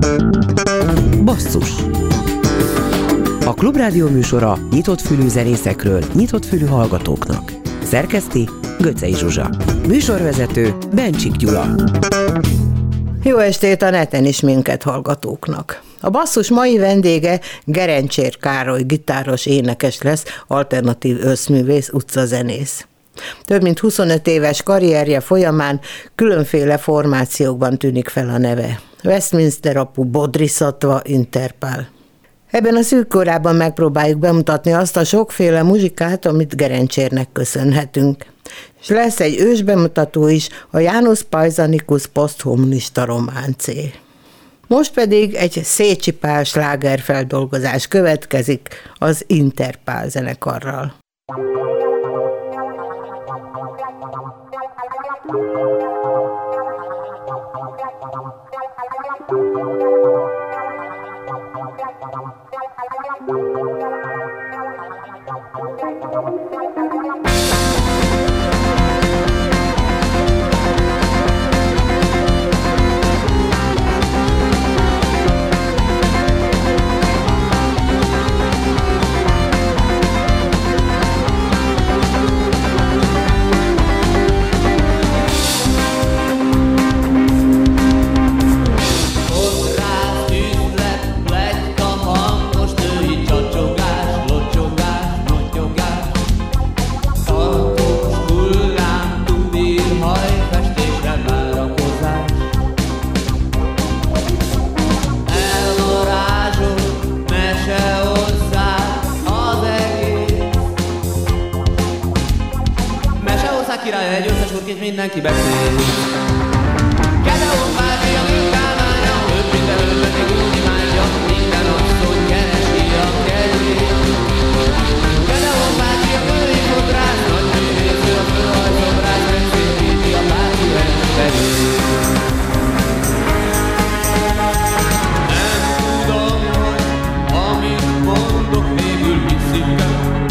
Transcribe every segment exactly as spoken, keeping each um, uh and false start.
Basszus. A Klubrádió műsora nyitott fülű zenészekről, nyitott fülű hallgatóknak. Szerkeszti Göcsei Zsuzsa. Műsorvezető Bencsik Gyula. Jó estét a neten is minket hallgatóknak. A Basszus mai vendége Gerencsér Károly gitáros énekes lesz, alternatív összművész, utcazenész. Több mint huszonöt éves karrierje folyamán különféle formációkban tűnik fel a neve. Westminster Apu, Bodhisattva, Interpál. Ebben a szűk korában megpróbáljuk bemutatni azt a sokféle muzsikát, amit Gerencsérnek köszönhetünk. És lesz egy ősbemutató is, a Janus Paesanicus posztkommunista románcé. Most pedig egy Szécsi Pál slágerfeldolgozás következik az Interpál zenekarral. Mindenki beszél. Gedeon bácsi a nőkámánya, őt minden öltözik úgy imádja, minden asszony keresi a kedvét. Gedeon bácsi a női fodrász, nagy művésző, a fölhajszobrász, megszépíti a párti rendszerét. Nem tudom, hogy amit mondok, végül hiszik-e.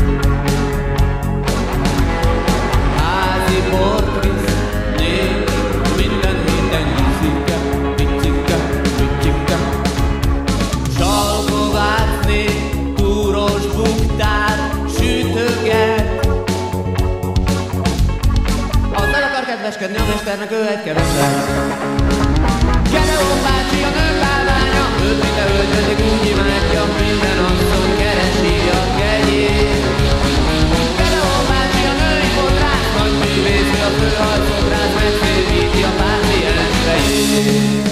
Házi portrész, minden héten viszik-e, viccik-e, viccik-e. Zsalkovátné, túros buktár, sütöget. Azzal akar kedveskedni a mesternek, ő egy keveset. Gedeon bácsi a nők állványa, őt minden öltözik úgy imádja, minden asszony keresi a kegyét. Gedeon bácsi a női fodrász, nagy művésző, a főhajszobrász, megszépíti a párti rendszerét.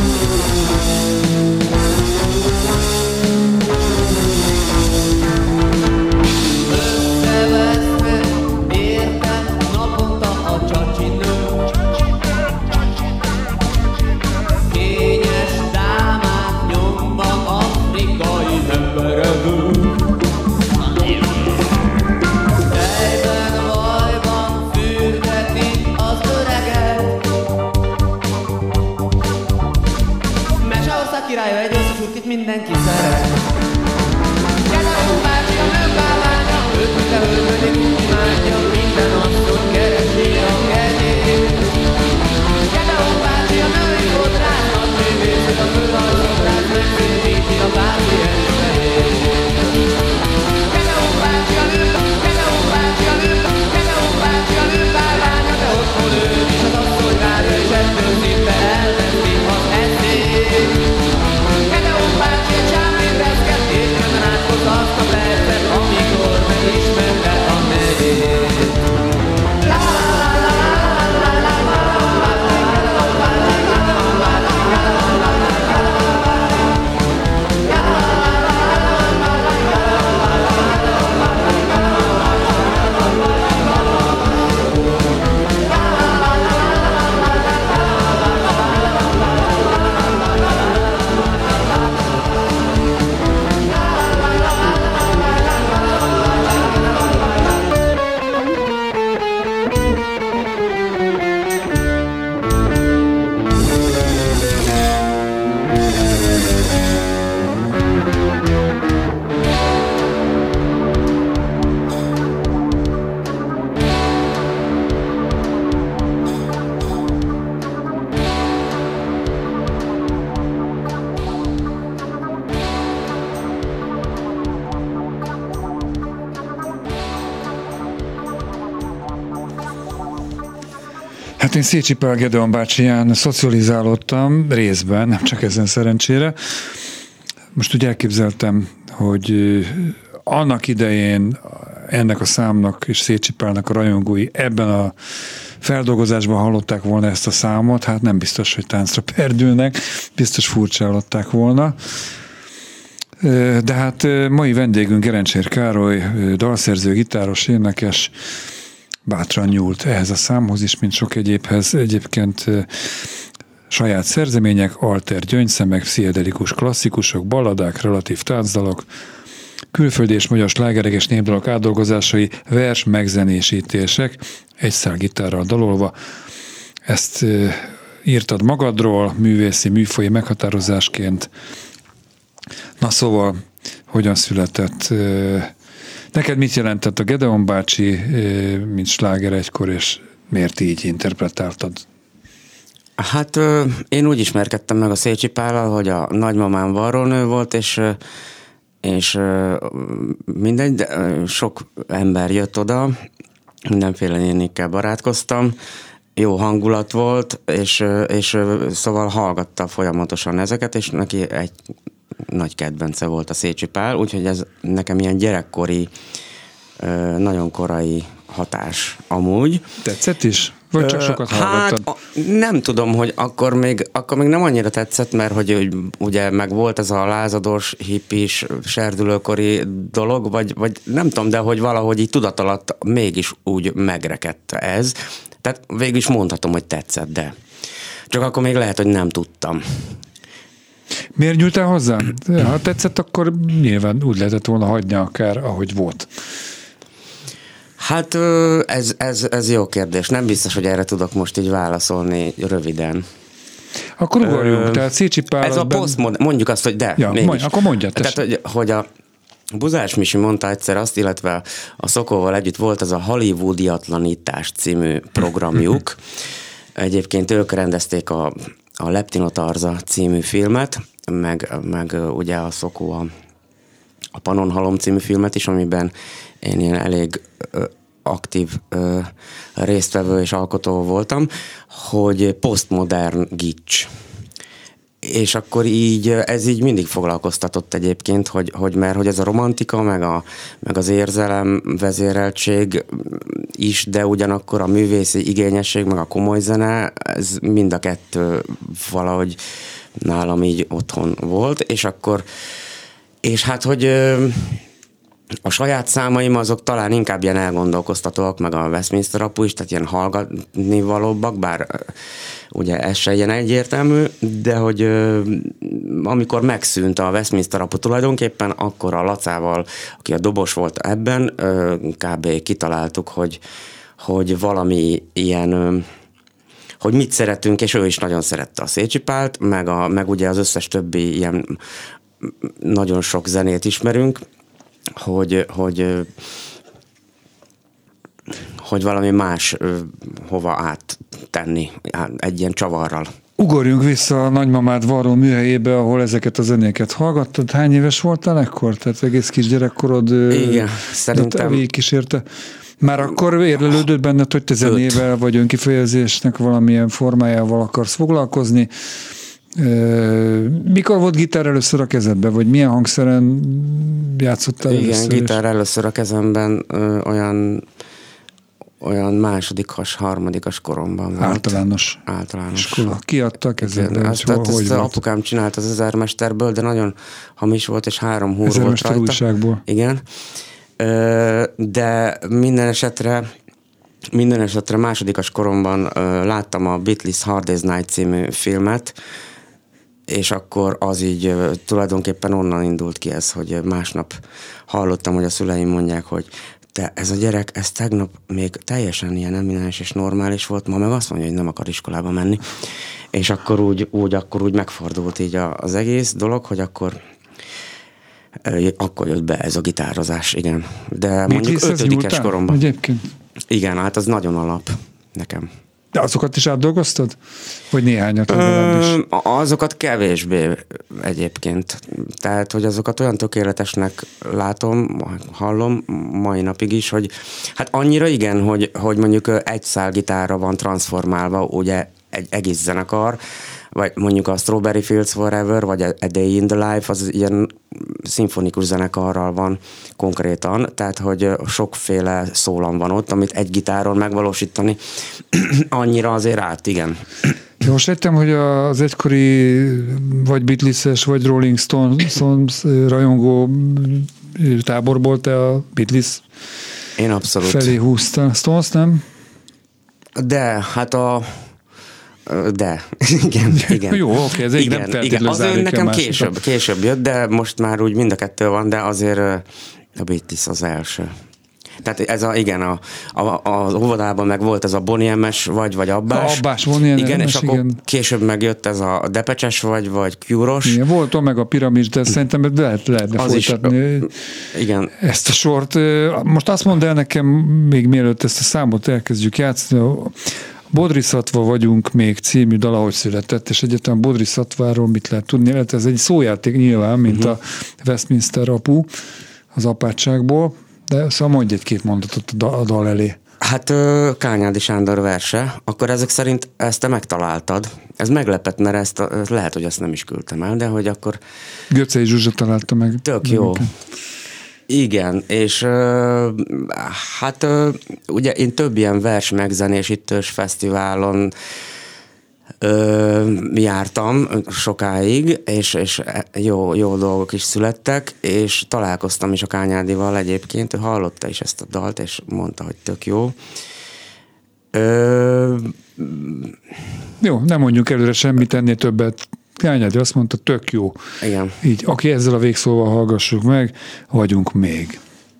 Összeveszve értem naponta a csacsinő. Kényes dámát nyomva afrikai emberevők. Tejben, vajban fürdeti az öreget. Meseország királya egy összesúrkit mindenki szeret. Gedeon bácsi a nők állványa, őt minden öltözik úgy imádja, minden asszony keresi a kegyét. Gedeon bácsi a női fodrász, nagy művésző, a főhajszobrász, megszépíti a párti rendszerét. Gedeon bácsi a nők, Gedeon bácsi a nők, Gedeon bácsi a nők állványa, de otthon ő is az asszony várja, és ettől szinte elveszi az eszét. Gedeon bácsi egy sámlét reszket, és jön átkozza azt a percet, amikor megismerte a nevét. La la la la la la la la la Hát én Szécsi Pál Gedeon bácsiján szocializálódtam részben, nem csak ezen szerencsére. Most úgy elképzeltem, hogy annak idején ennek a számnak és Szécsi Pálnak a rajongói ebben a feldolgozásban hallották volna ezt a számot, hát nem biztos, hogy táncra perdülnek, biztos furcsálották volna. De hát mai vendégünk Gerencsér Károly, dalszerző, gitáros, énekes, bátran nyúlt ehhez a számhoz is, mint sok egyébhez. Egyébként saját szerzemények, alter gyöngyszemek, pszichedelikus klasszikusok, balladák, relatív táncdalok, külföldi és magyar slágerek és népdalok átdolgozásai, vers megzenésítések, egy szál gitárral dalolva. Ezt írtad magadról, művészi, műfaji meghatározásként. Na szóval, hogyan született? Neked mit jelentett a Gedeon bácsi, mint sláger egykor, és miért így interpretáltad? Hát én úgy ismerkedtem meg a Szécsi Pállal, hogy a nagymamám varrónő volt, és, és mindegy, de sok ember jött oda, mindenféle nénikkel barátkoztam, jó hangulat volt, és, és szóval hallgatta folyamatosan ezeket, és neki egy nagy kedvence volt a Szécsi Pál, úgyhogy ez nekem ilyen gyerekkori, nagyon korai hatás amúgy. Tetszett is? Vagy csak sokat hallgattad? Hát nem tudom, hogy akkor még, akkor még nem annyira tetszett, mert hogy ugye meg volt ez a lázadós, hippis, serdülőkori dolog, vagy, vagy nem tudom, de hogy valahogy így tudatalatt mégis úgy megrekedt ez. Tehát végül is mondhatom, hogy tetszett, de csak akkor még lehet, hogy nem tudtam. Miért nyúltál hozzá? Ha tetszett, akkor nyilván úgy lehetett volna hagyni akár, ahogy volt. Hát ez, ez, ez jó kérdés. Nem biztos, hogy erre tudok most így válaszolni röviden. Akkor ugorjunk. Ö, Tehát Szécsi Pál... Ez a ben... posztmod... Mondjuk azt, hogy de. Ja, mondj, akkor mondjad. Tehát, hogy, hogy a Buzás Misi mondta egyszer azt, illetve a Szokóval együtt volt ez a Hollywoodiatlanítás című programjuk. Egyébként ők rendezték a, a Leptinotarza című filmet, meg, meg ugye a Szokó a, a Pannonhalom című filmet is, amiben én ilyen elég ö, aktív ö, résztvevő és alkotó voltam, hogy posztmodern gics. És akkor így, ez így mindig foglalkoztatott egyébként, hogy, hogy mert hogy ez a romantika, meg, a, meg az érzelem vezéreltség is, de ugyanakkor a művészi igényesség, meg a komoly zene, ez mind a kettő valahogy nálam így otthon volt, és akkor, és hát, hogy a saját számaim azok talán inkább ilyen elgondolkoztatóak, meg a Westminster apu is, tehát ilyen hallgatni valóbbak, bár ugye ez se ilyen egyértelmű, de hogy amikor megszűnt a Westminster apu tulajdonképpen, akkor a Lacával, aki a dobos volt ebben, kb. Kitaláltuk, hogy, hogy valami ilyen, hogy mit szeretünk, és ő is nagyon szerette a Szécsi Pált, meg, a, meg ugye az összes többi ilyen nagyon sok zenét ismerünk, hogy, hogy, hogy valami más hova áttenni, egy ilyen csavarral. Ugorjunk vissza a nagymamád varró műhelyébe, ahol ezeket a zenéket hallgattad. Hány éves voltál ekkor? Tehát egész kisgyerekkorod igen, szerintem végigkísérte. Már akkor érlelődött benned, hogy te zenével vagy önkifejezésnek valamilyen formájával akarsz foglalkozni. Mikor volt gitár először a kezedben, vagy milyen hangszeren játszottál igen, először? Igen, gitár először a kezemben ö, olyan, olyan másodikas, harmadikas koromban volt. Általános. Általános. Iskola. Ki adta a kezedbe? Azt, tehát ezt apukám csinált az ezermesterből, de nagyon hamis volt, és három húr volt rajta. Újságból. Igen. Ö, de minden esetre minden esetre másodikas koromban ö, láttam a Beatles Hard Day's Night című filmet, és akkor az így tulajdonképpen onnan indult ki ez, hogy másnap hallottam, hogy a szüleim mondják, hogy te, ez a gyerek, ez tegnap még teljesen ilyen eminens és normális volt, ma meg azt mondja, hogy nem akar iskolába menni. És akkor úgy, úgy, akkor úgy megfordult így az egész dolog, hogy akkor akkor jött be ez a gitározás, igen. De mondjuk ötödikes koromban. Egyébként? Igen, hát az nagyon alap nekem. De azokat is átdolgoztad? Vagy néhányat legalábbis? Ö, azokat kevésbé egyébként. Tehát, hogy azokat olyan tökéletesnek látom, hallom mai napig is, hogy hát annyira igen, hogy, hogy mondjuk egy szál gitárra van transformálva ugye egy egész zenekar, vagy mondjuk a Strawberry Fields Forever, vagy a Day in the Life, az ilyen szimfonikus zenekarral van konkrétan, tehát hogy sokféle szólam van ott, amit egy gitáron megvalósítani, annyira azért át, igen. Jó, most értem, hogy az egykori vagy Beatles-es, vagy Rolling Stones rajongó táborból te a Beatles Én abszolút. felé húzta. Stones, nem? De, hát a De, igen, igen. Jó, oké, ez így nem feltétlenül az ő nekem később, később jött, de most már úgy mind a kettő van, de azért a Beatles az első. Tehát ez a, igen, a, a, az óvodában meg volt ez a Bonnie em-es vagy, vagy Abbás. A Abbás, Bonnie em-es, igen, és akkor igen. Később megjött ez a Depecses vagy, vagy Cure-os. Igen, volt Omega Piramis, de szerintem lehet, lehetne az folytatni is, igen. ezt a sort. Most azt mondd el nekem, még mielőtt ezt a számot elkezdjük játszani, Bodhisattva vagyunk még című dal, ahogy született, és egyáltalán Bodhisattváról mit lehet tudni? Lehet, ez egy szójáték nyilván, mint uh-huh. a Westminster apu az apátságból, de szóval mondj egy-két mondatot a dal elé. Hát Kányádi Sándor verse, akkor ezek szerint ezt te megtaláltad. Ez meglepett, mert ezt a, lehet, hogy ezt nem is küldtem el, de hogy akkor... Göcei Zsuzsa találta meg. Tök jó. Igen, és hát ugye én több ilyen vers megzenésítős fesztiválon jártam sokáig, és, és jó, jó dolgok is születtek, és találkoztam is a Kányádival egyébként, ő hallotta is ezt a dalt, és mondta, hogy tök jó. Ö... Jó, nem mondjuk előre semmit, ennél többet. Kányádi azt mondta, tök jó. Igen. Így, aki ezzel a végszóval hallgassuk meg, vagyunk még.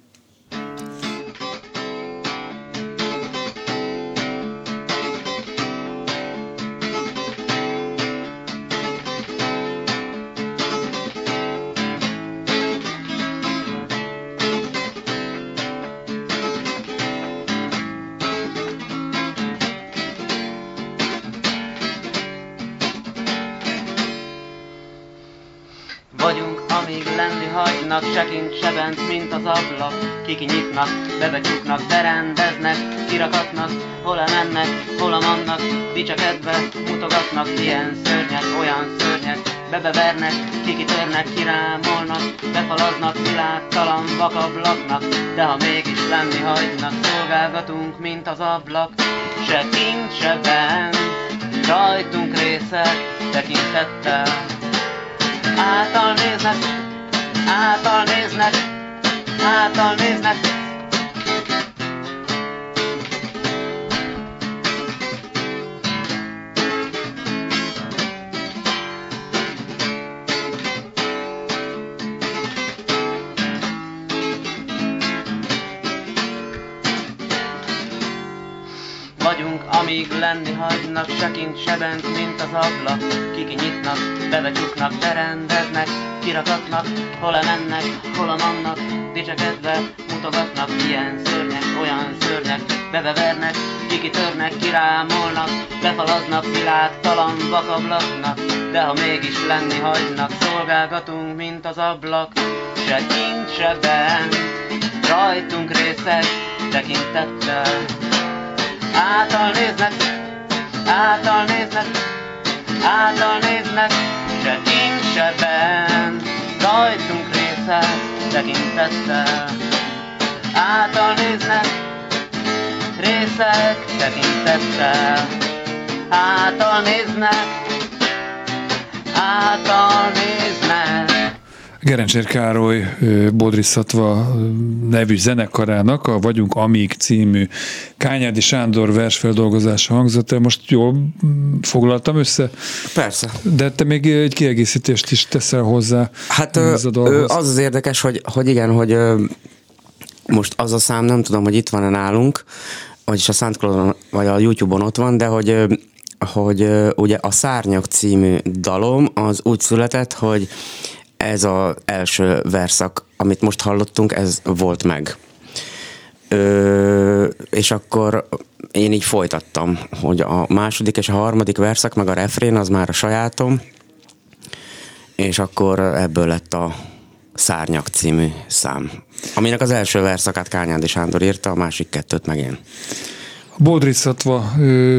Sekint sebent, mint az ablak, kikinyitnak, bebecsuknak, berendeznek, kirakatnak, hol mennek, hol mennek, dicsekedve mutogatnak, ilyen szörnyek, olyan szörnyek, bebevernek, kikitörnek, kirámolnak, befalaznak, világtalan vakablaknak, de ha mégis lenni hagynak, szolgálgatunk, mint az ablak, se kint, se bent, rajtunk részek, tekintettel, által néznek, által néznek, által néznek. Vagyunk, amíg lenni hagynak, se kint, se bent, mint az ablak, kikinyitnak, bebecsuknak, berendeznek, kirakatnak, hol mennek, hol mennek, dicsekedve mutogatnak, ilyen szörnyek, olyan szörnyek, bebevernek, kikitörnek, kirámolnak, befalaznak, világtalan vakablaknak, de ha mégis lenni hagynak, szolgálgatunk, mint az ablak, se kint, se bent, rajtunk részek, tekintettel, által néznek, által néznek, által néznek, se kint, se bent, rajtunk részek, tekintettel, által néznek, részek, tekintettel, által néznek, által néznek. Gerencsér Károly Bodhisattva nevű zenekarának a Vagyunk Amíg című Kányádi Sándor versfeldolgozása hangzott el. Most jól foglaltam össze? Persze. De te még egy kiegészítést is teszel hozzá. Hát az az az érdekes, hogy, hogy igen, hogy most az a szám, nem tudom, hogy itt van-e nálunk, vagyis a SoundCloudon, vagy a YouTube-on ott van, de hogy, hogy ugye a Szárnyak című dalom az úgy született, hogy ez az első verszak, amit most hallottunk, ez volt meg. Ö, és akkor én így folytattam, hogy a második és a harmadik verszak, meg a refrén az már a sajátom, és akkor ebből lett a Szárnyak című szám, aminek az első verszakát Kányádi Sándor írta, a másik kettőt meg én. A Bodriszatva,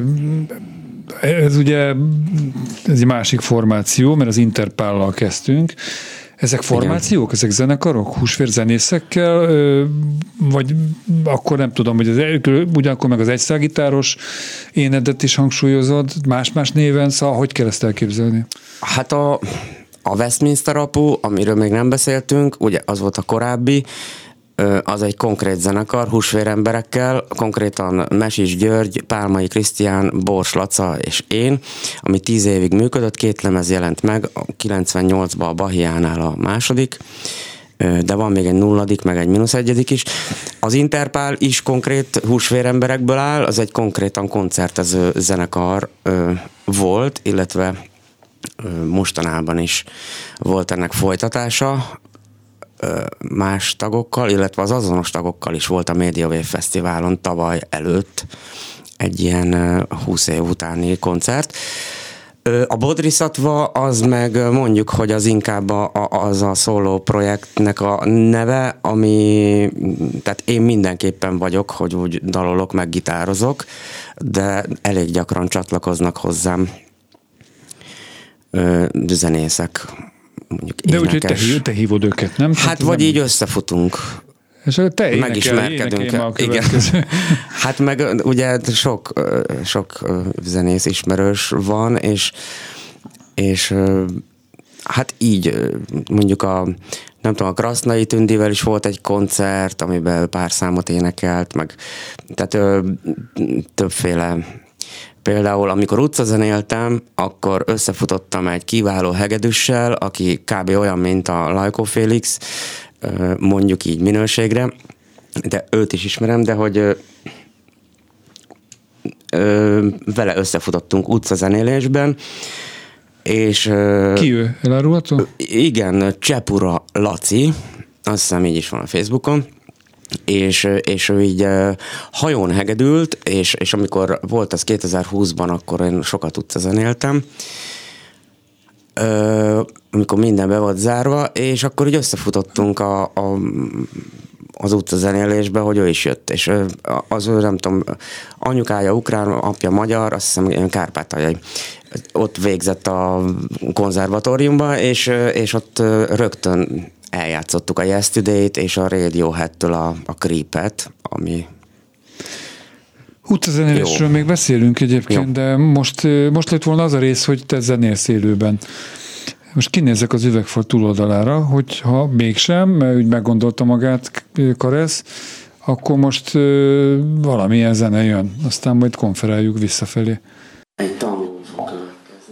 ez ugye ez egy másik formáció, mert az Interpállal kezdtünk. Ezek formációk, igen. Ezek zenekarok, húsvérzenészekkel, vagy akkor nem tudom, hogy az, ugyanakkor meg az egyszágitáros énedet is hangsúlyozod, más-más néven, szóval hogy kell ezt elképzelni? Hát a, a Westminster Apu, amiről még nem beszéltünk, ugye az volt a korábbi, az egy konkrét zenekar, húsvéremberekkel, konkrétan Mesis György, Pálmai Krisztián, Bors Laca és én, ami tíz évig működött, két lemez jelent meg, kilencvennyolcban a Bahiánál a második, de van még egy nulladik, meg egy mínusz egyedik is. Az Interpál is konkrét húsvéremberekből áll, az egy konkrétan koncertező zenekar volt, illetve mostanában is volt ennek folytatása, más tagokkal, illetve az azonos tagokkal is volt a Media Wave Fesztiválon tavaly előtt egy ilyen húsz év utáni koncert. A Bodriszatva az meg mondjuk, hogy az inkább a, az a szóló projektnek a neve, ami, tehát én mindenképpen vagyok, hogy úgy dalolok, meg gitározok, de elég gyakran csatlakoznak hozzám zenészek. De úgyhogy te, te hívod őket, nem? Hát vagy nem... így összefutunk. És te megismerkedünk. Igen. Hát meg ugye sok, sok zenész ismerős van, és, és hát így mondjuk a nem tudom, a Krasznai Tündivel is volt egy koncert, amiben pár számot énekelt, meg tehát többféle. Például, amikor utcazenéltem, akkor összefutottam egy kiváló hegedűssel, aki kb. Olyan, mint a Lajkó Félix, mondjuk így minőségre, de őt is ismerem, de hogy ö, ö, vele összefutottunk utcazenélésben, és... Ö, Ki ő? Elárulható? Igen, Csepura Laci, azt hiszem így is van a Facebookon, és, és ő így hajón hegedült, és, és amikor volt az kétezer-húszban, akkor én sokat utcazenéltem, amikor minden be volt zárva, és akkor így összefutottunk a, a, az utcazenélésbe, hogy ő is jött, és az ő, nem tudom, anyukája ukrán, apja magyar, azt hiszem, ilyen kárpátaljai. Ott végzett a konzervatóriumba, és, és ott rögtön eljátszottuk a Yesterday-t és a Radiohead-től a, a Creep-et, ami... Utcazenélésről még beszélünk egyébként, jó. De most, most lett volna az a rész, hogy te zenélsz élőben. Most kinézek az üvegfal túloldalára, hogyha mégsem, mert úgy meggondolta magát Karesz, akkor most valamilyen zene jön, aztán majd konferáljuk visszafelé. Egy tanul fog következni.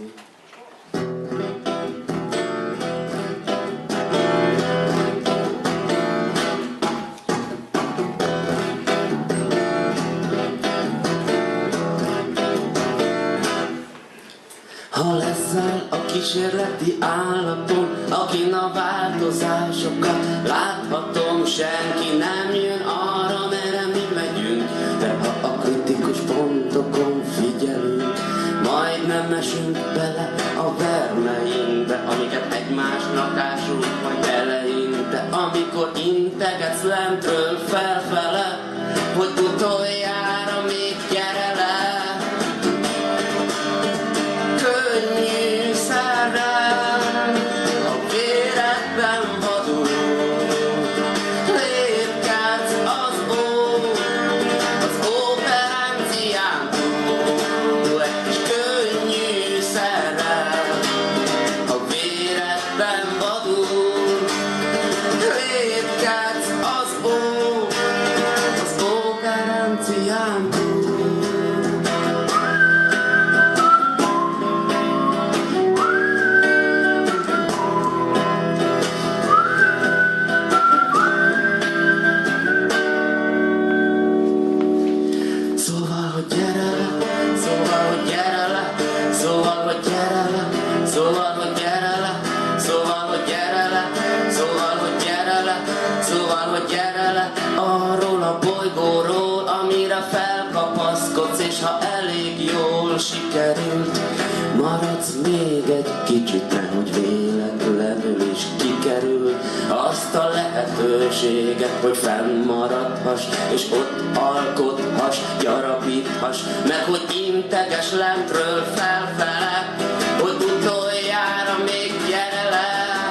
Ha leszel a kísérleti állaton, akin a változásokat láthatom, senki nem jön arra, merre mi megyünk, de ha a kritikus pontokon figyelünk, majd nem esünk bele a vermeinkbe, amiket egymásnak ásunk majd eleinte, amikor integetsz lentről felfele, hogy utoljára még gyere le. Könnyű szerrel a véredben vadul, lépkedsz az ó, az operencián túl, és könnyű szerrel a véredben vadul, lépkedsz az ó, az operencián túl. Szóval, hogy gyere le, szóval, hogy gyere le, szóval, hogy gyere le, szóval, hogy gyere le, szóval, hogy gyere le, szóval, hogy gyere le, szóval, hogy gyere le, arról a bolygóról, amire felkapaszkodsz egy kicsit, nehogy véletlenül is kikerül azt a lehetőséget, hogy fennmaradhass, és ott alkothass, gyarapíthass, meg hogy integes lentről felfele, hogy utoljára még gyere le.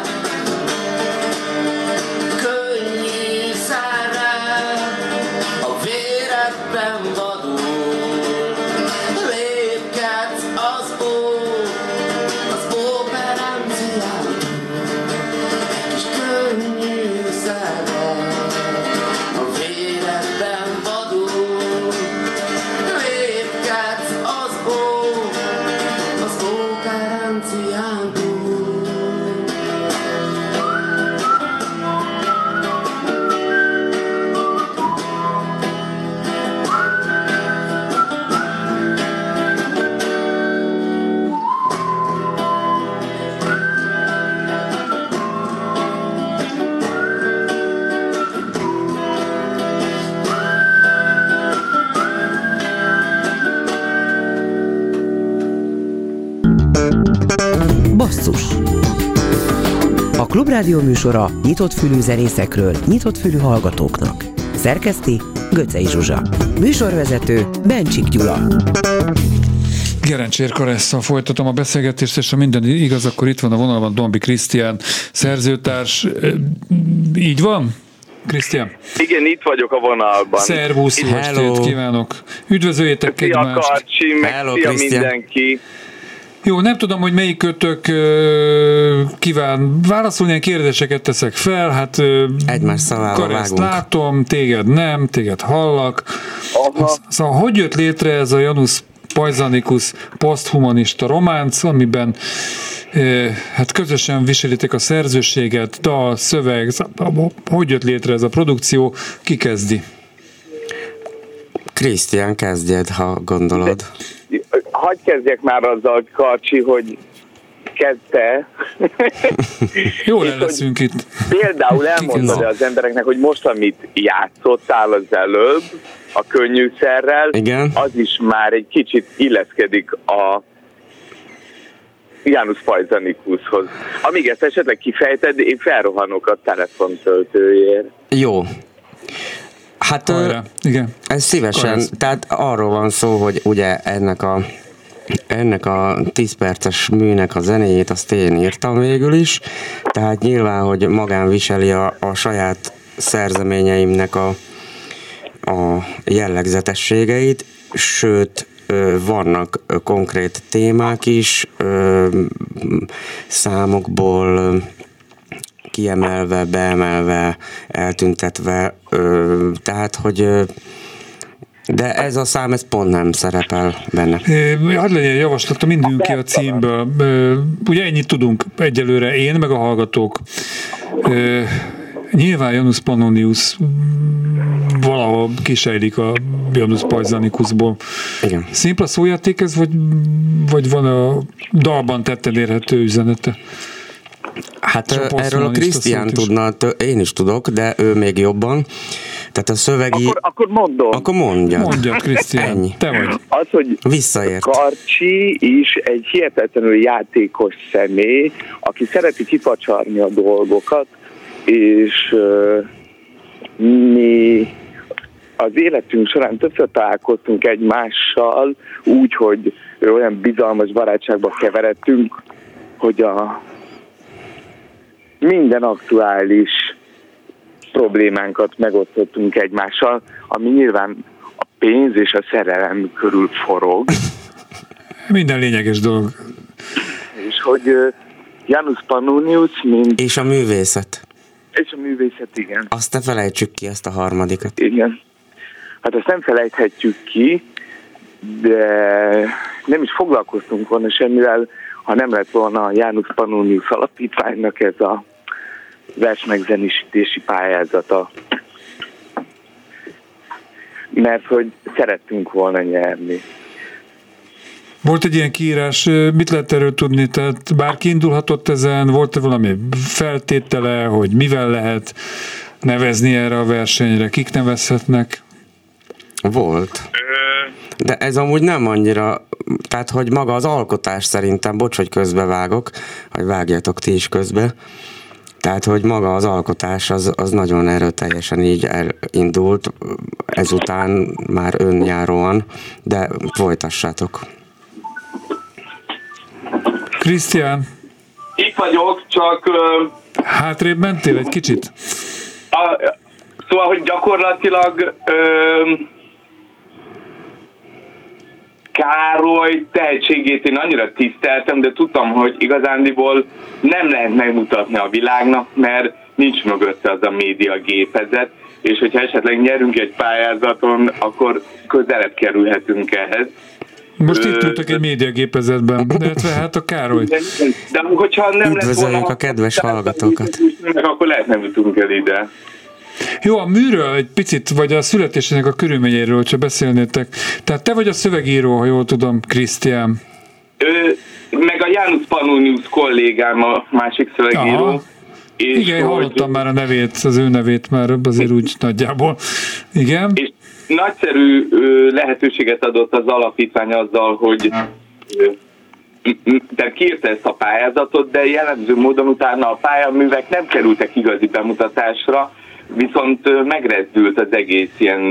Könnyű szerrel a véredben vadul, lépkedsz az ó, az operencián, egy kis könnyű szerrel a véredben vadul, lépkedsz az ó, az operencián túl. Basszus. A Klubrádió műsora nyitott fülű zenészekről, nyitott fülű hallgatóknak. Szerkeszti Göcsei Zsuzsa. Műsorvezető Bencsik Gyula. Gerencsér Karesszal folytatom a beszélgetést, és ha minden igaz, akkor itt van a vonalban Dombi Krisztián, szerzőtárs. Így van? Krisztián? Igen, itt vagyok a vonalban. Szervusz, jó estét kívánok. Üdvözöljétek szia, egymást. Karcsi, meg Hello, szia Krisztián. mindenki. Jó, nem tudom, hogy melyik kötök kíván válaszolni, ilyen kérdéseket teszek fel, hát Egymás szavába Kareszt vágunk. látom, téged nem, téged hallak. Aha. Szóval hogy jött létre ez a Janus Pajzanicus poszthumanista románc, amiben hát közösen viselitek a szerzőséget, dal, szöveg, hogy jött létre ez a produkció, ki kezdi? Krisztián, kezdjed, ha gondolod. Hadd kezdjek már azzal, Karcsi, hogy kezdte. Jól És el leszünk itt. Például elmondod az embereknek, hogy most, amit játszottál az előbb, a könnyűszerrel, Igen. az is már egy kicsit illeszkedik a Janus Pajzanicushoz. Amíg ezt esetleg kifejted, én felrohanok a telefontöltőjér. Jó. Hát Hajrá. Igen. ez szívesen, Karesz. tehát arról van szó, hogy ugye ennek a ennek a tíz perces műnek a zenéjét azt én írtam végül is, tehát nyilván, hogy magán viseli a, a saját szerzeményeimnek a, a jellegzetességeit, sőt, vannak konkrét témák is, számokból kiemelve, beemelve, eltüntetve, tehát, hogy de ez a szám, ez pont nem szerepel benne. Hadd legyen javaslata, mindünk ki a címből. Ugye ennyit tudunk egyelőre én, meg a hallgatók. Nyilván Janus Pannonius valahol kisejlik a Janus Pajzanicusból. Igen. Szimpla szójáték ez, vagy, vagy van a dalban tetten érhető üzenete? Hát És a erről a poszthumanista Krisztián szót is. tudna, én is tudok, de ő még jobban. Tehát a szövegi... Akkor, akkor mondom. Akkor mondjad. Mondja, Krisztián, Ennyi. te vagy. Az, hogy Visszaért. Karcsi is egy hihetetlenül játékos személy, aki szereti kipacsarni a dolgokat, és uh, mi az életünk során többször találkoztunk egymással úgy, hogy olyan bizalmas barátságba keveredtünk, hogy a minden aktuális problémánkat megosztottunk egymással, ami nyilván a pénz és a szerelem körül forog. Minden lényeges dolog. És hogy uh, Janus Pannonius, mint... És a művészet. És a művészet, igen. Azt ne felejtsük ki, ezt a harmadikat. Igen. Hát ezt nem felejthetjük ki, de nem is foglalkoztunk volna semmivel, ha nem lett volna a Janus Pannonius alapítványnak ez a versmegzenésítési pályázata. Mert hogy szerettünk volna nyerni. Volt egy ilyen kiírás, mit lehet erről tudni? Tehát bárki indulhatott ezen, volt-e valami feltétele, hogy mivel lehet nevezni erre a versenyre? Kik nevezhetnek? Volt. De ez amúgy nem annyira, tehát hogy maga az alkotás szerintem, bocs, hogy közbevágok, hogy vágjátok ti is közbe, tehát hogy maga az alkotás az, az nagyon erőteljesen így elindult, ezután már önjáróan, de folytassátok. Krisztián? Itt vagyok, csak... Hátrébb mentél egy kicsit? A, szóval, hogy gyakorlatilag ö, Károly tehetségét én annyira tiszteltem, de tudtam, hogy igazándiból nem lehet megmutatni a világnak, mert nincs mögötte az a média gépezet, és hogyha esetleg nyerünk egy pályázaton, akkor közelebb kerülhetünk ehhez. Most itt ültök egy médiagépezetben, illetve hát a Károly. De, de hogyha nem lesz volna, a kedves hallgatókat. Akkor lehet nem jutunk el ide. Jó, a műről egy picit, vagy a születésének a körülményeiről, hogyha beszélnétek. Tehát te vagy a szövegíró, ha jól tudom, Krisztián. Ő, meg a Janus Pannonius kollégám a másik szövegíró. Aha. És igen, hogy... hallottam már a nevét, az ő nevét már azért úgy nagyjából. Igen. És nagyszerű lehetőséget adott az alapítvány azzal, hogy tehát kiírta ezt a pályázatot, de jellemző módon utána a pályaművek nem kerültek igazi bemutatásra, viszont megrezdült az egész ilyen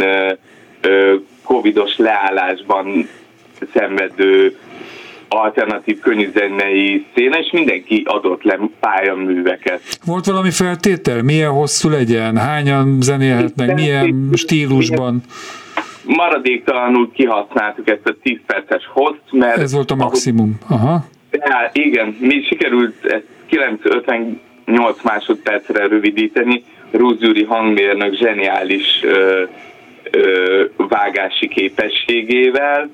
covidos leállásban szenvedő alternatív könnyűzenei széna, és mindenki adott le pályaműveket. Volt valami feltétel? Milyen hosszú legyen? Hányan zenélhetnek? Milyen stílusban? Maradéktalanul kihasználtuk ezt a tíz perces host, mert... Ez volt a maximum. Aha. Ja, igen, mi sikerült ezt kilencszázötvennyolc másodpercre rövidíteni, Rúz Gyuri hangmérnök zseniális ö, ö, vágási képességével,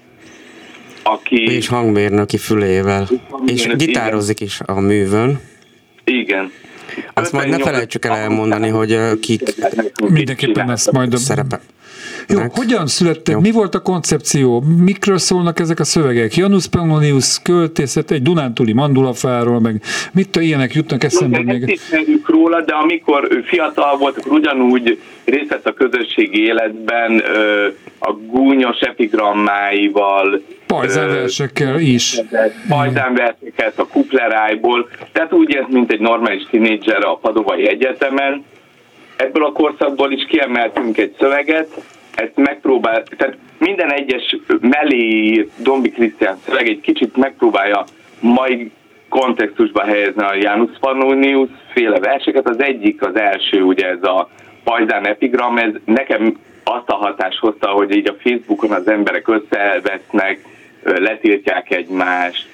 aki... És hangmérnöki fülével. És gitározik is a művön. Igen. Azt majd ne felejtsük el elmondani, hogy kik... Mindenképpen ezt majd a... szerepe. Jó, hogyan születtek? Mi volt a koncepció? Mikről szólnak ezek a szövegek? Janus Pannonius költészet, egy dunántúli mandulafáról, meg mit ilyenek jutnak eszembe még? Ezt ismerjük róla, de amikor ő fiatal volt, akkor ugyanúgy részt vett a közösségi életben a gúnyos epigrammáival, pajzánversekkel is. Pajzánverseket a kuplerájból, tehát úgy ez, mint egy normális tínédzser a Padovai Egyetemen. Ebből a korszakból is kiemeltünk egy szöveget, ezt megpróbál, tehát minden egyes mellé Dombi Krisztián szöveg egy kicsit megpróbálja mai kontextusba helyezni a Janus Pannonius féle verseket. Az egyik, az első, ugye ez a pajzán epigram, ez nekem azt a hatást hozta, hogy így a Facebookon az emberek összevesznek, letiltják egymást,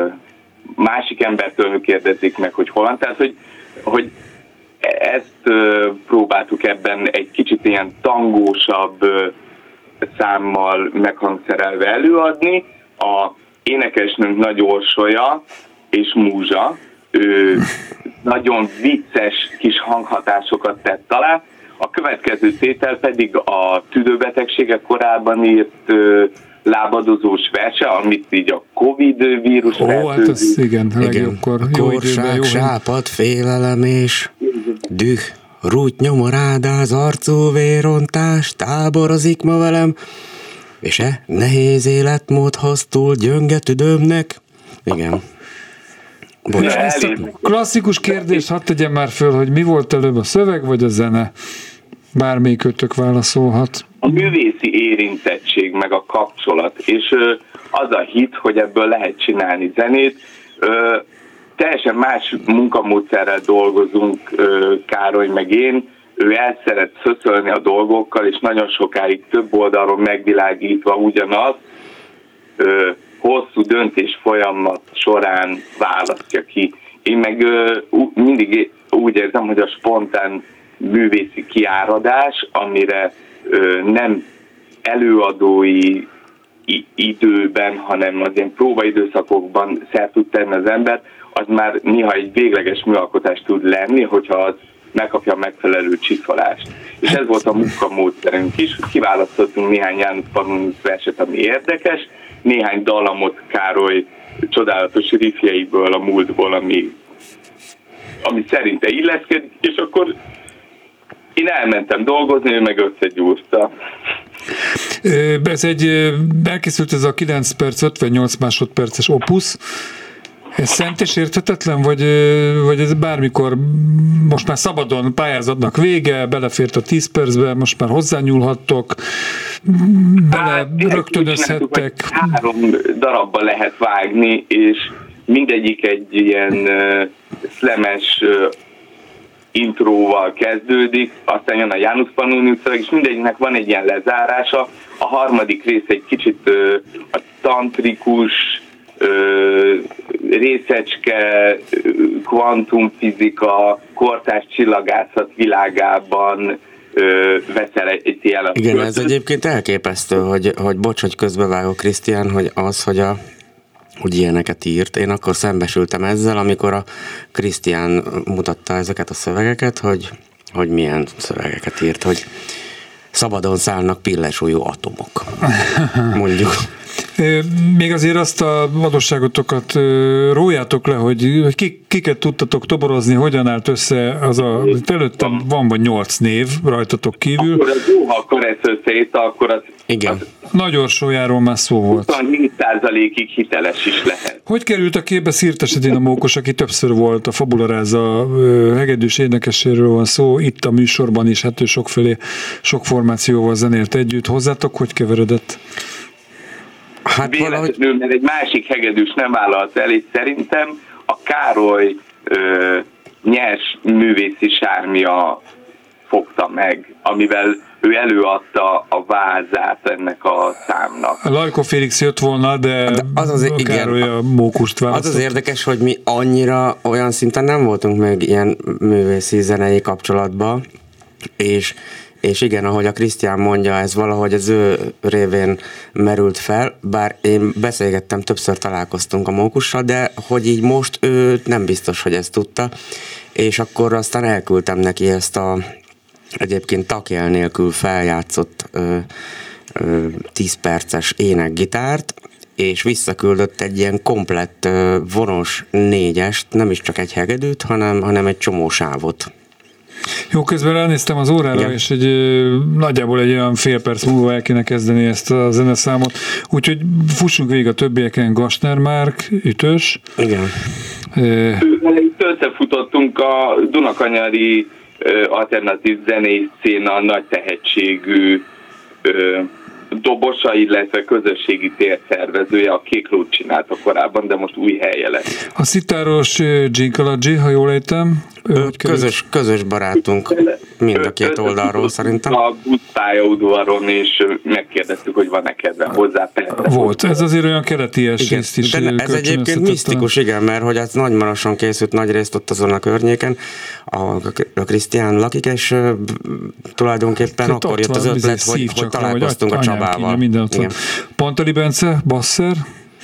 másik embertől kérdezik meg, hogy hol van. Tehát, hogy, hogy ezt próbáltuk ebben egy kicsit ilyen tangósabb számmal meghangszerelve előadni. A énekesnőnk Nagy Orsolya és Múzsa, ő nagyon vicces kis hanghatásokat tett alá. A következő tétel pedig a tüdőbetegségek korában írt lábadozós verse, amit így a Covid vírus Ó, oh, hát az igen, legjobbkor. Jó időben, jó. Sápad, félelem és düh, rújt nyom a rádáz, arcú vérontás, táborozik ma velem, és e nehéz életmódhoz túl gyönge tüdőmnek. Igen. Bocs. Ezt a klasszikus kérdést hadd tegyem már föl, hogy mi volt előbb, a szöveg vagy a zene? Bármelyikőtök válaszolhat. A művészi érintettség, meg a kapcsolat, és ö, az a hit, hogy ebből lehet csinálni zenét. Ö, teljesen más munkamódszerrel dolgozunk, ö, Károly meg én. Ő el szeret szöszölni a dolgokkal, és nagyon sokáig több oldalról megvilágítva ugyanaz, ö, hosszú döntés folyamat során választja ki. Én meg ö, mindig úgy érzem, hogy a spontán művészi kiáradás, amire ö, nem előadói időben, hanem az ilyen próbaidőszakokban szert tud tenni az ember, az már néha egy végleges műalkotás tud lenni, hogyha az megkapja a megfelelő csiszolást. És ez volt a munkamódszerünk is, kiválasztottunk néhány Janus Pannonius verset, ami érdekes, néhány dallamot Károly csodálatos riffjeiből, a múltból, ami, ami szerinte illeszkedik, és akkor én elmentem dolgozni, ő meg összegyúrta. Ez egy, elkészült ez a kilenc perc, ötvennyolc másodperces opusz. Ez szent és érthetetlen, vagy, vagy ez bármikor most már szabadon pályázatnak vége, belefért a tíz percbe, most már hozzányúlhattok, bele hát, rögtönözhettek. Három darabba lehet vágni, és mindegyik egy ilyen uh, szlemes uh, intróval kezdődik, aztán jön a Janus Pannonius szöveg, és mindegyiknek van egy ilyen lezárása. A harmadik rész egy kicsit uh, a tantrikus, uh, részecske, kvantumfizika, kortárs csillagászat világában veszel egy, egy ilyen... Igen, ez egyébként elképesztő, hogy, hogy bocs, hogy közbevágok, Krisztián, hogy az, hogy a hogy ilyeneket írt. Én akkor szembesültem ezzel, amikor a Krisztián mutatta ezeket a szövegeket, hogy, hogy milyen szövegeket írt, hogy szabadon szállnak pillesúlyú atomok. Mondjuk. Még azért azt a adosságotokat rójátok le, hogy, hogy ki, kiket tudtatok toborozni, hogyan állt össze az a... Előttem van vagy nyolc név rajtatok kívül. Akkor az jó, ha akkor ezt összeírta, akkor az... Igen. Az Nagy Orsoljáról már szó volt. huszonhét százalékig hiteles is lehet. Hogy került a képbe Szirtes Edina Mókos, aki többször volt a Fabularáza hegedűs énekeséről van szó, itt a műsorban is, hát ő sokfelé, sok formációval zenélt együtt. Hozzátok hogy keveredett? Hát véletlenül, valahogy... mert egy másik hegedűs nem vállalt el, és szerintem a Károly ö, nyers művészi sármia fogta meg, amivel ő előadta a vázát ennek a számnak. A Lajko Félix jött volna, de, de az az, a Károly a Mókust választott. Az az érdekes, hogy mi annyira olyan szinten nem voltunk még ilyen művészi zenei kapcsolatban, és És igen, ahogy a Krisztián mondja, ez valahogy az ő révén merült fel, bár én beszélgettem, többször találkoztunk a Mókussal, de hogy így most ő nem biztos, hogy ezt tudta, és akkor aztán elküldtem neki ezt a egyébként takjel nélkül feljátszott ö, ö, tíz perces énekgitárt, és visszaküldött egy ilyen komplett ö, vonos négyest, nem is csak egy hegedűt, hanem, hanem egy csomó sávot. Jó, közben elnéztem az órára, igen. És egy, nagyjából egy olyan fél perc múlva el kéne kezdeni ezt a zeneszámot. Úgyhogy fussunk végig a többieken. Gassner Márk, ütős. Igen. E... Összefutottunk a dunakanyari alternatív zenei széna nagy tehetségű dobosa, illetve közösségi térszervezője, a Kék Lót csinálta korábban, de most új helye lesz. A szitáros Ginkalaji, ha jól értem. Közös, közös barátunk mind a két oldalról szerintem. A buszpályaudvaron, és megkérdeztük, hogy van-e kedve hozzá. Volt. Ez azért olyan keleties részt is. De ez egyébként misztikus, igen, mert hogy ez Nagymarason készült nagy részt ott azon a környéken. A, a Krisztián lakik, és uh, tulajdonképpen hát akkor jött az ötlet, hogy, hogy találkoztunk a Csabával. Pantali Bence, basszer,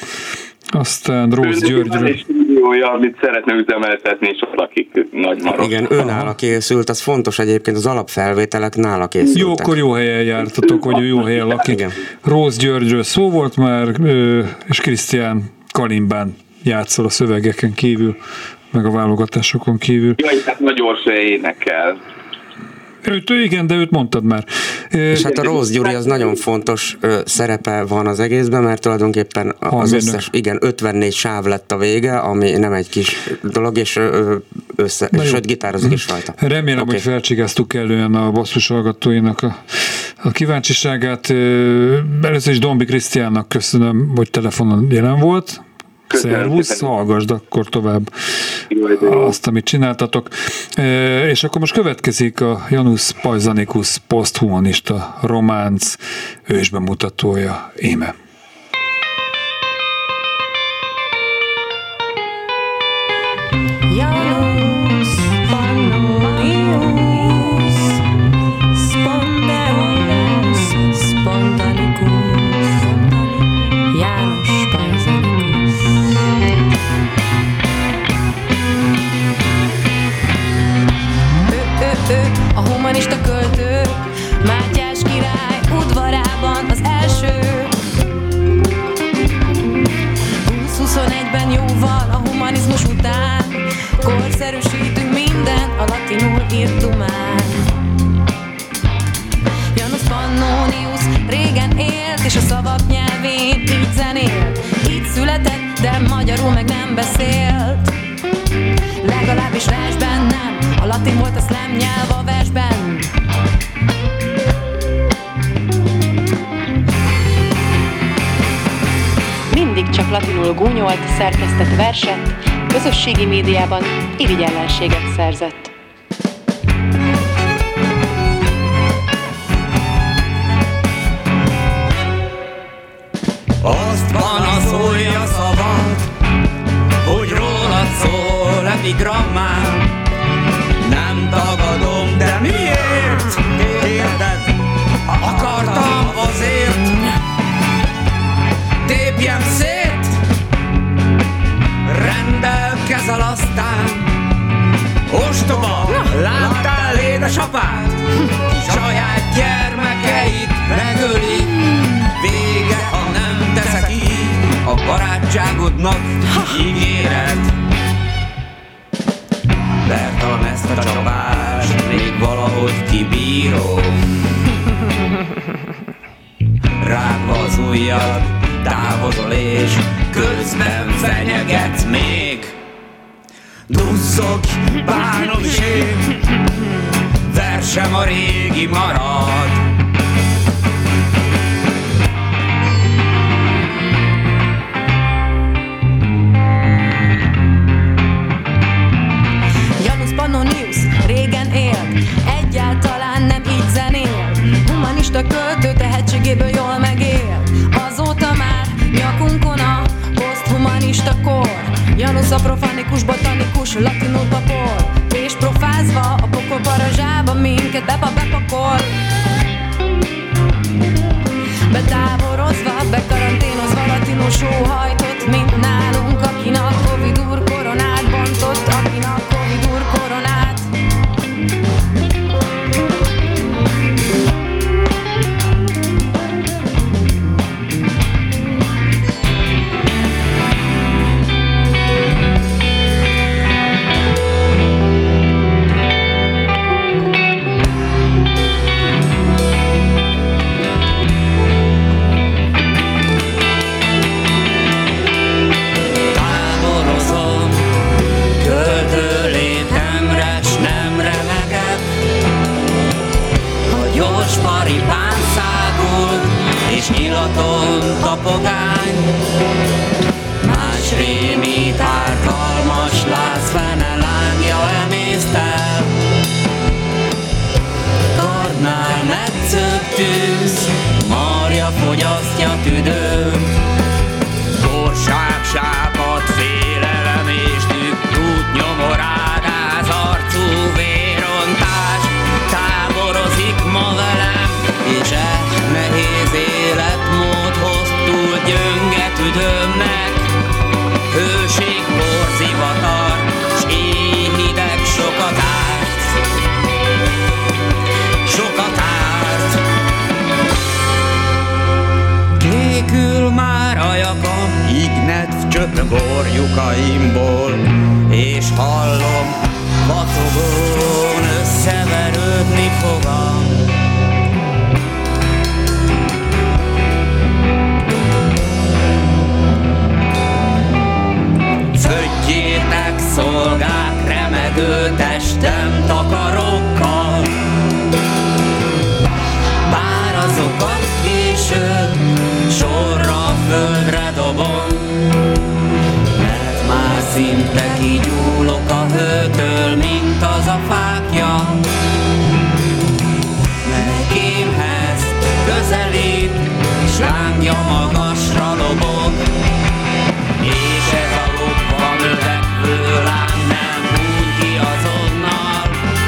aztán Rósz Györgyről. Olyan, amit szeretne üzemeltetni, és ott lakik Nagymaros. Igen, ő nála készült, az fontos egyébként, az alapfelvételek nála készültek. Jókor jó helyen jártatok, hogy ő jó helyen lakik. Igen. Rósz Györgyről szó volt már, és Krisztián Kalimbán játszol a szövegeken kívül, meg a válogatásokon kívül. Jaj, hát Nagy Orsolya énekel. Őt, igen, de őt mondtad már. És hát a Rósz Gyuri az nagyon fontos ö, szerepe van az egészben, mert tulajdonképpen az összes, igen, ötvennégy sáv lett a vége, ami nem egy kis dolog, és ö, össze, Na sőt, gitározik is rajta. Remélem, okay. hogy felcsigáztuk elően a basszus hallgatóinak a, a kíváncsiságát. Először is Dombi Krisztiánnak köszönöm, hogy telefonon jelen volt. Szervusz, hallgasd akkor tovább azt, amit csináltatok. E, és akkor most következik a Janus Paizanicus poszthumanista románc ősbemutatója, íme. Janus Pannonius Spondeus Spontanicus Janus Paizanicus. Ő, ő, ő, a humanista költő, Mátyás király udvarában az első. húsz-huszonegyben jóval a humanizmus után korszerűsítünk minden a latinul írt dumán. Janus Pannonius régen élt, váratlanul gúnyolt, szerkesztett verset, közösségi médiában irigy ellenséget szerzett. Azt panaszolja szabad, hogy rólad szól epigrammám. Nem tagadom, de miért? Érted? Akartam azért. Tépjem szét, rendelkezel aztán. Ostoba, láttál édesapád? Saját gyermekeit megöli. Vége, ha nem teszek így, a barátságodnak ígéret. Bertalan, ezt a csapást még valahogy kibírom. Rágva az ujjad, távozol és közben fenyegetsz még. Duzzog, bánom is én, versem a régi marad. Janus Pannonius régen élt, egyáltalán nem így zenél. Humanista költő tehetségéből jól megél. Azóta már nyakunkon a poszthumanista kor. Janus a profanikus, botanikus, latinul papol. És profázva a pokol parazsába minket bepa bepakol. Betáborozva, bekaranténozva, latinul sóhajtott, mint nálunk, akinek Covid úr koronát bontott, akinek Covid úr koronát. Nyilaton tapogány, más rémít ártalmas láz, fene lángja emészt el. Kardnál metszőbb tűz, marja fogyasztja tüdőm. Borság, sápad, félelem és tükk, útnyomor, ágáz, arcú vérontás. Táborozik ma velem, és e nehéz életmódhoz túl gyönge tüdőmnek. Hőség, porzivatar, s éhideg sokat árt. Sokat árt. Kékül már a jakam, ignet csöpög orjukaimból, és hallom, vatogón összeverődni fogam. Födjétek, szolgák, remegő testem takarokkal. Bár azokat később sorra földre dobom, mert már szinte kigyúlok a hőtől, mint az a fákja, mely kémhez közelít, s lángja magasra lobog. És ez a lopva növekvő láng nem húny ki azonnal.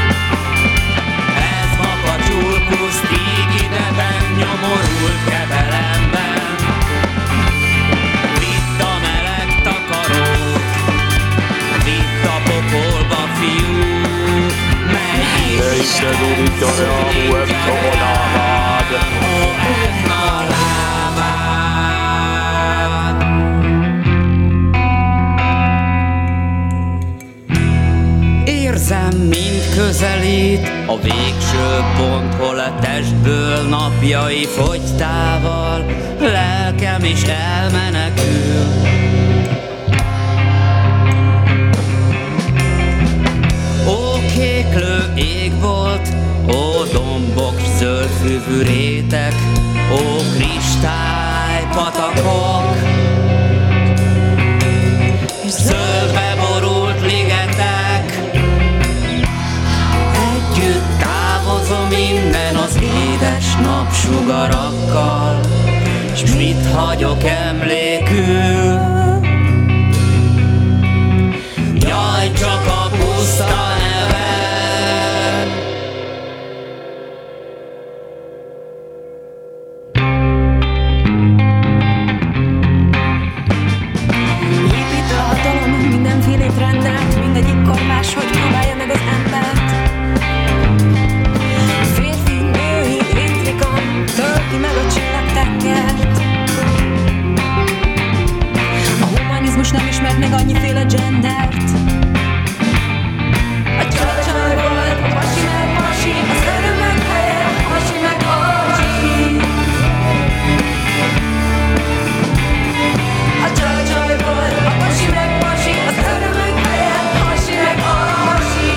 Ez makacsul pusztít ideben, nyomorult kebelemben. Vidd a meleg takarót, vidd a pokolba, fiú, mely is sem szorítja ó, Etna lábát. Érzem, mint közelít a végső pont, hol a testből napjai fogytával lelkem is elmenekül. Ó, kéklő égbolt, ó, dombok, zöld füvű rétek, ó, kristálypatakok. zöldbe borult ligetek. Együtt távozom innen az édes napsugarakkal, s mit hagyok emlékül? Jaj, csak a puszta neved. Épít a hatalom mindenfélét rendelt, mindegyik kor máshogy próbálja meg az embert. Férfi, női, intrika, tölti meg a csillagtengert. A humanizmus nem ismert meg annyiféle gendert. A csaj-csaj volt, a pasi meg pasi, az örömök helye, pasi meg pasi. A csaj-csaj volt, a pasi meg pasi, az örömök helye, pasi meg pasi.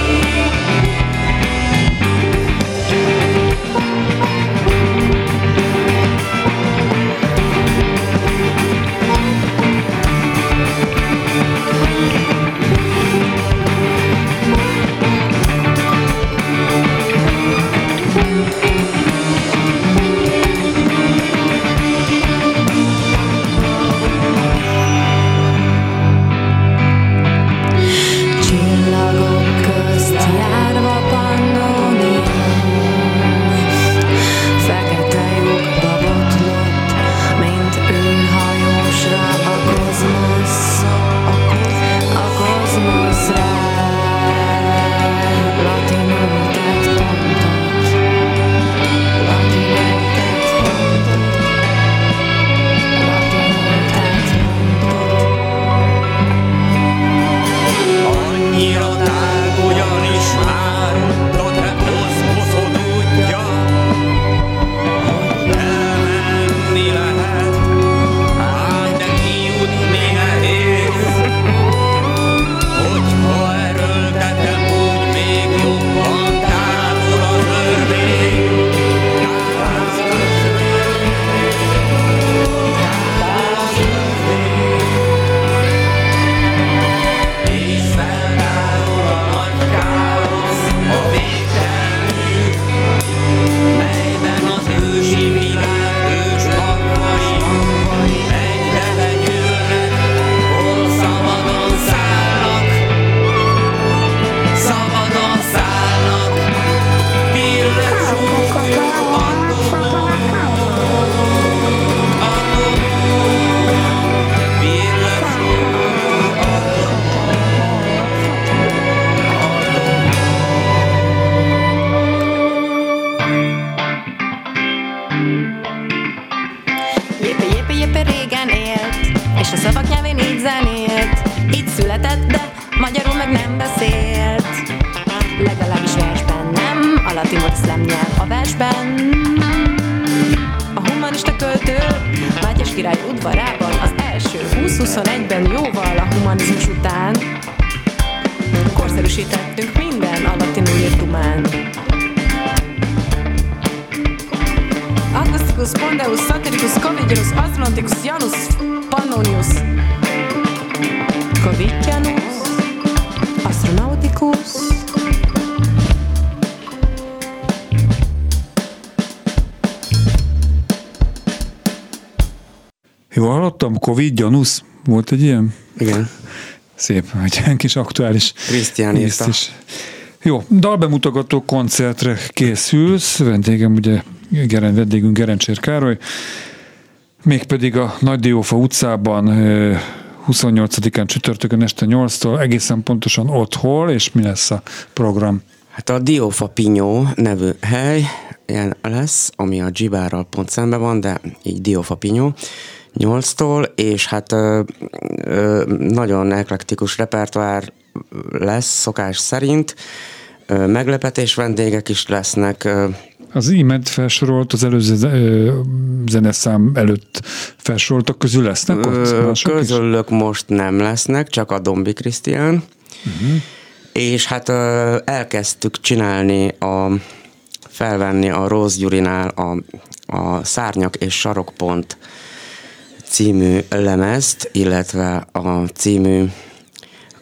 Csillagok közt járva Pannonius, fekete lyukba botlott, mint űrhajósra a kozmosz, a kozmoszra. Latinul tett pontot, latinul tett pontot, latinul tett pontot. Annyira tág ugyanis már Totem kozmoszod útja, hogy elmenni lehet, ám de kijutni nehéz. Hogyha erőltetem úgy még jobban távol az örvény, távol az örvény, távol az örvény. És feltárol a nagy káosz, a végtelenű, melyben az ősi világ ős magvai egybe legyűlnek, hol szabadon szállnak, szabadon szállnak, pillesúlyú atomok, atomok, pillesúlyú Jépe, jépe, jépe régen élt, és a szavak nyelvén így zenélt. Itt született, de magyarul meg nem beszélt. Legalábbis versben nem, a latin volt szlem nyelv a versben. A humanista költő Mátyás király udvarában az első húsz-huszonegyben jóval a humanizmus után korszerűsítettünk minden a latinul írt dumán. Augusticus, Pondeus, Satiricus, Covidianus, Astronauticus, Janus, Pannonius, Covidianus, Astronauticus. Jól hallottam? Covidianus? Volt egy ilyen? Igen. Szép, egy ilyen kis aktuális. Krisztián írta. Is. Jó, dalbemutogató koncertre készülsz, vendégem ugye Geren, vendégünk Gerencsér Károly, mégpedig a Nagy Diófa utcában huszonnyolcadikán csütörtökön este nyolctól, egészen pontosan ott hol, és mi lesz a program? Hát a Diófa Pinyó nevű hely ilyen lesz, ami a Dzsibárral pont szemben van, de így Diófa Pinyó nyolctól, és hát ö, ö, nagyon eklektikus repertoár lesz szokás szerint, ö, meglepetés vendégek is lesznek. Ö, Az imént felsorolt, az előző ö, zeneszám előtt felsoroltak közül lesznek ott? Közülök most nem lesznek, csak a Dombi Krisztián. Uh-huh. És hát ö, elkezdtük csinálni, a, felvenni a Rózs Gyurinál a, a Szárnyak és Sarokpont című lemezt, illetve a című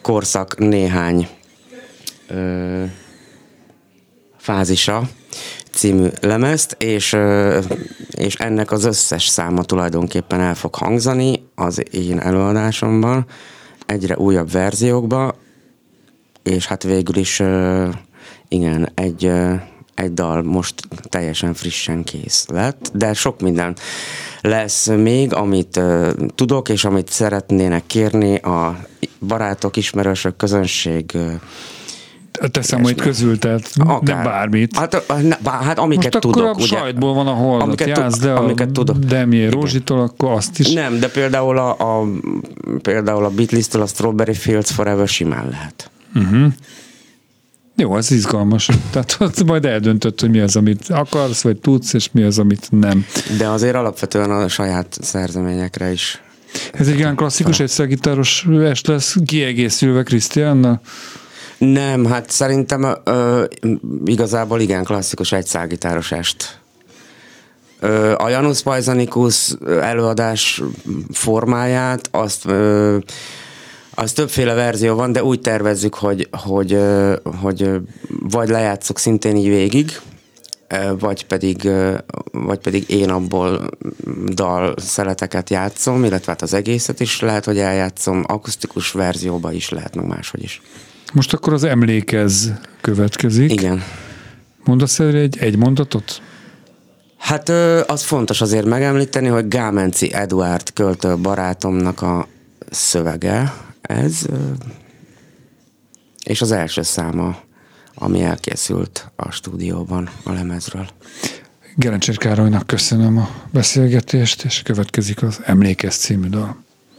korszak néhány ö, fázisa című lemezt, és, ö, és ennek az összes száma tulajdonképpen el fog hangzani az én előadásomban, egyre újabb verziókba, és hát végül is ö, igen, egy, ö, egy dal most teljesen frissen kész lett, de sok minden lesz még, amit uh, tudok, és amit szeretnének kérni a barátok, ismerősök, közönség. Uh, Teszem majd közül, tehát akár. Nem bármit. Hát, ne, hát amiket most tudok. Most akkor a ugye, sajtból van a holdat, játsz, de amiket a tudok. Demier Rózsitól, akkor azt is. Nem, de például a, a, például a Beatles-től a Strawberry Fields Forever simán lehet. Uh-huh. Jó, ez izgalmas. Tehát ott majd eldöntött, hogy mi az, amit akarsz, vagy tudsz, és mi az, amit nem. De azért alapvetően a saját szerzeményekre is. Ez egy ilyen klasszikus egyszergitáros est lesz, kiegészülve Krisztiánnal? Nem, hát szerintem ö, igazából igen klasszikus egyszálgitáros est. Ö, a Janus Pajzanikus előadás formáját, azt... Ö, Az többféle verzió van, de úgy tervezzük, hogy, hogy, hogy vagy lejátszok szintén így végig, vagy pedig, vagy pedig én abból dal szeleteket játszom, illetve hát az egészet is lehet, hogy eljátszom, akusztikus verzióba is lehet, meg máshogy is. Most akkor az Emlékezz következik. Igen. Mondasz el egy, egy mondatot? Hát az fontos azért megemlíteni, hogy Gámenci Eduárd költő barátomnak a szövege, ez, és az első száma, ami elkészült a stúdióban a lemezről. Gerencsér Károlynak köszönöm a beszélgetést, és következik az Emlékezz című dal.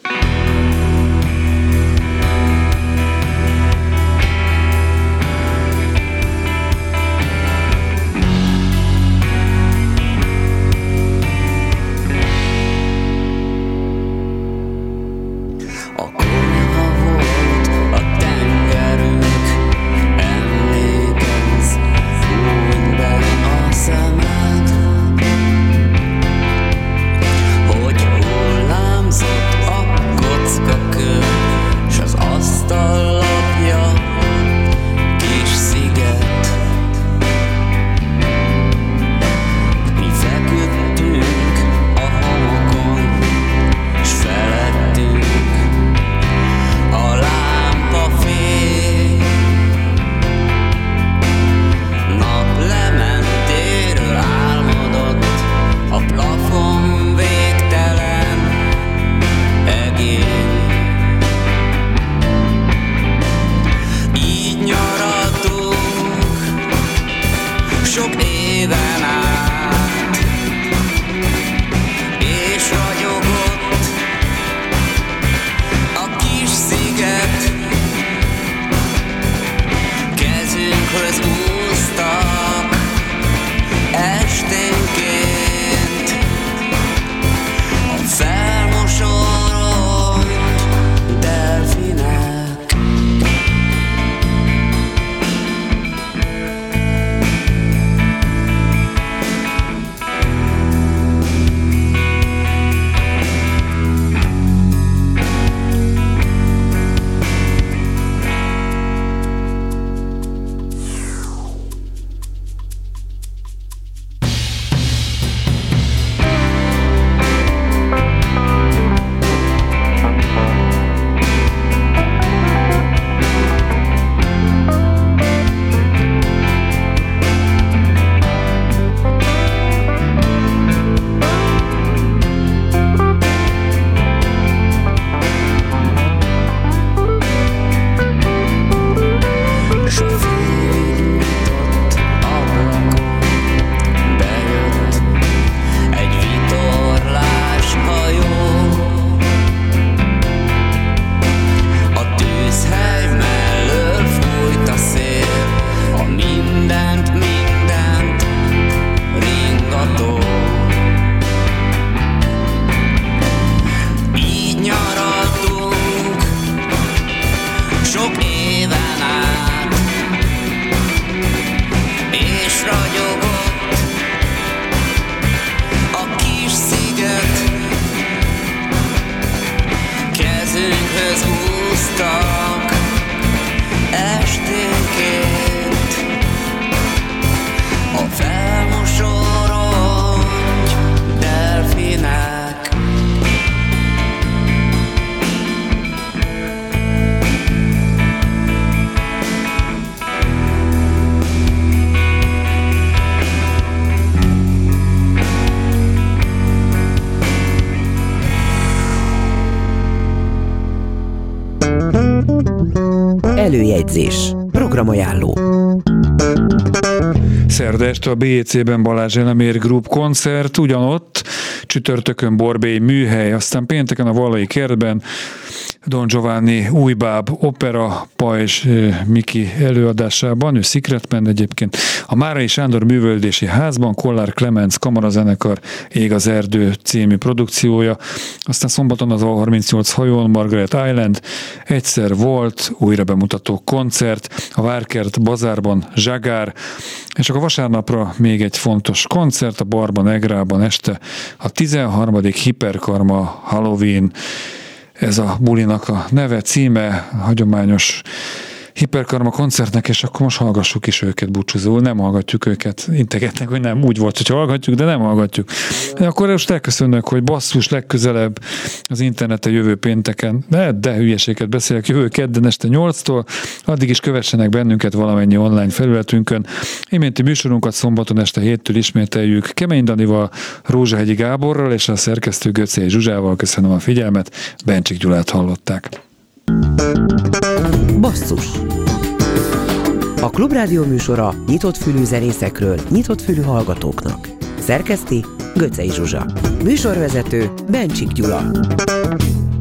Hogy hullámzott Előjegyzés. Programajánló. Szerda este a bé é cé-ben Balázs Elemér Group koncert, ugyanott, csütörtökön Borbély műhely, aztán pénteken a Vallai kertben Don Giovanni újbáb opera Pajzs Miki előadásában, ő Secretman egyébként, a Márai Sándor művelődési házban Kollár Clemens kamarazenekar Ég az erdő című produkciója, aztán szombaton az A harmincnyolc hajón Margaret Island, Egyszer volt újra bemutató koncert, a Várkert bazárban Zsagár, és akkor vasárnapra még egy fontos koncert a Barban Egrában este a tizenharmadik Hiperkarma Halloween. Ez a bulinak a neve, címe, hagyományos Hiperkarma koncertnek, és akkor most hallgassuk is őket búcsúzóul. Nem hallgatjuk őket, integetnek, hogy nem, úgy volt, hogy hallgatjuk, de nem hallgatjuk. De akkor most elköszönök, hogy basszus, legközelebb az interneten jövő pénteken, de, de hülyeséget beszélek, jövő kedden este nyolctól, addig is kövessenek bennünket valamennyi online felületünkön. Iménti műsorunkat szombaton este héttől ismételjük Kemény Danival, Rózsahegyi Gáborral és a szerkesztő Göcei Zsuzsával. Köszönöm a figyelmet, Bencsik Gyulát hallották. Basszus. A Klubrádió műsora nyitott fülű zenészekről, nyitott fülű hallgatóknak. Szerkeszti Göcei Zsuzsa. Műsorvezető Bencsik Gyula.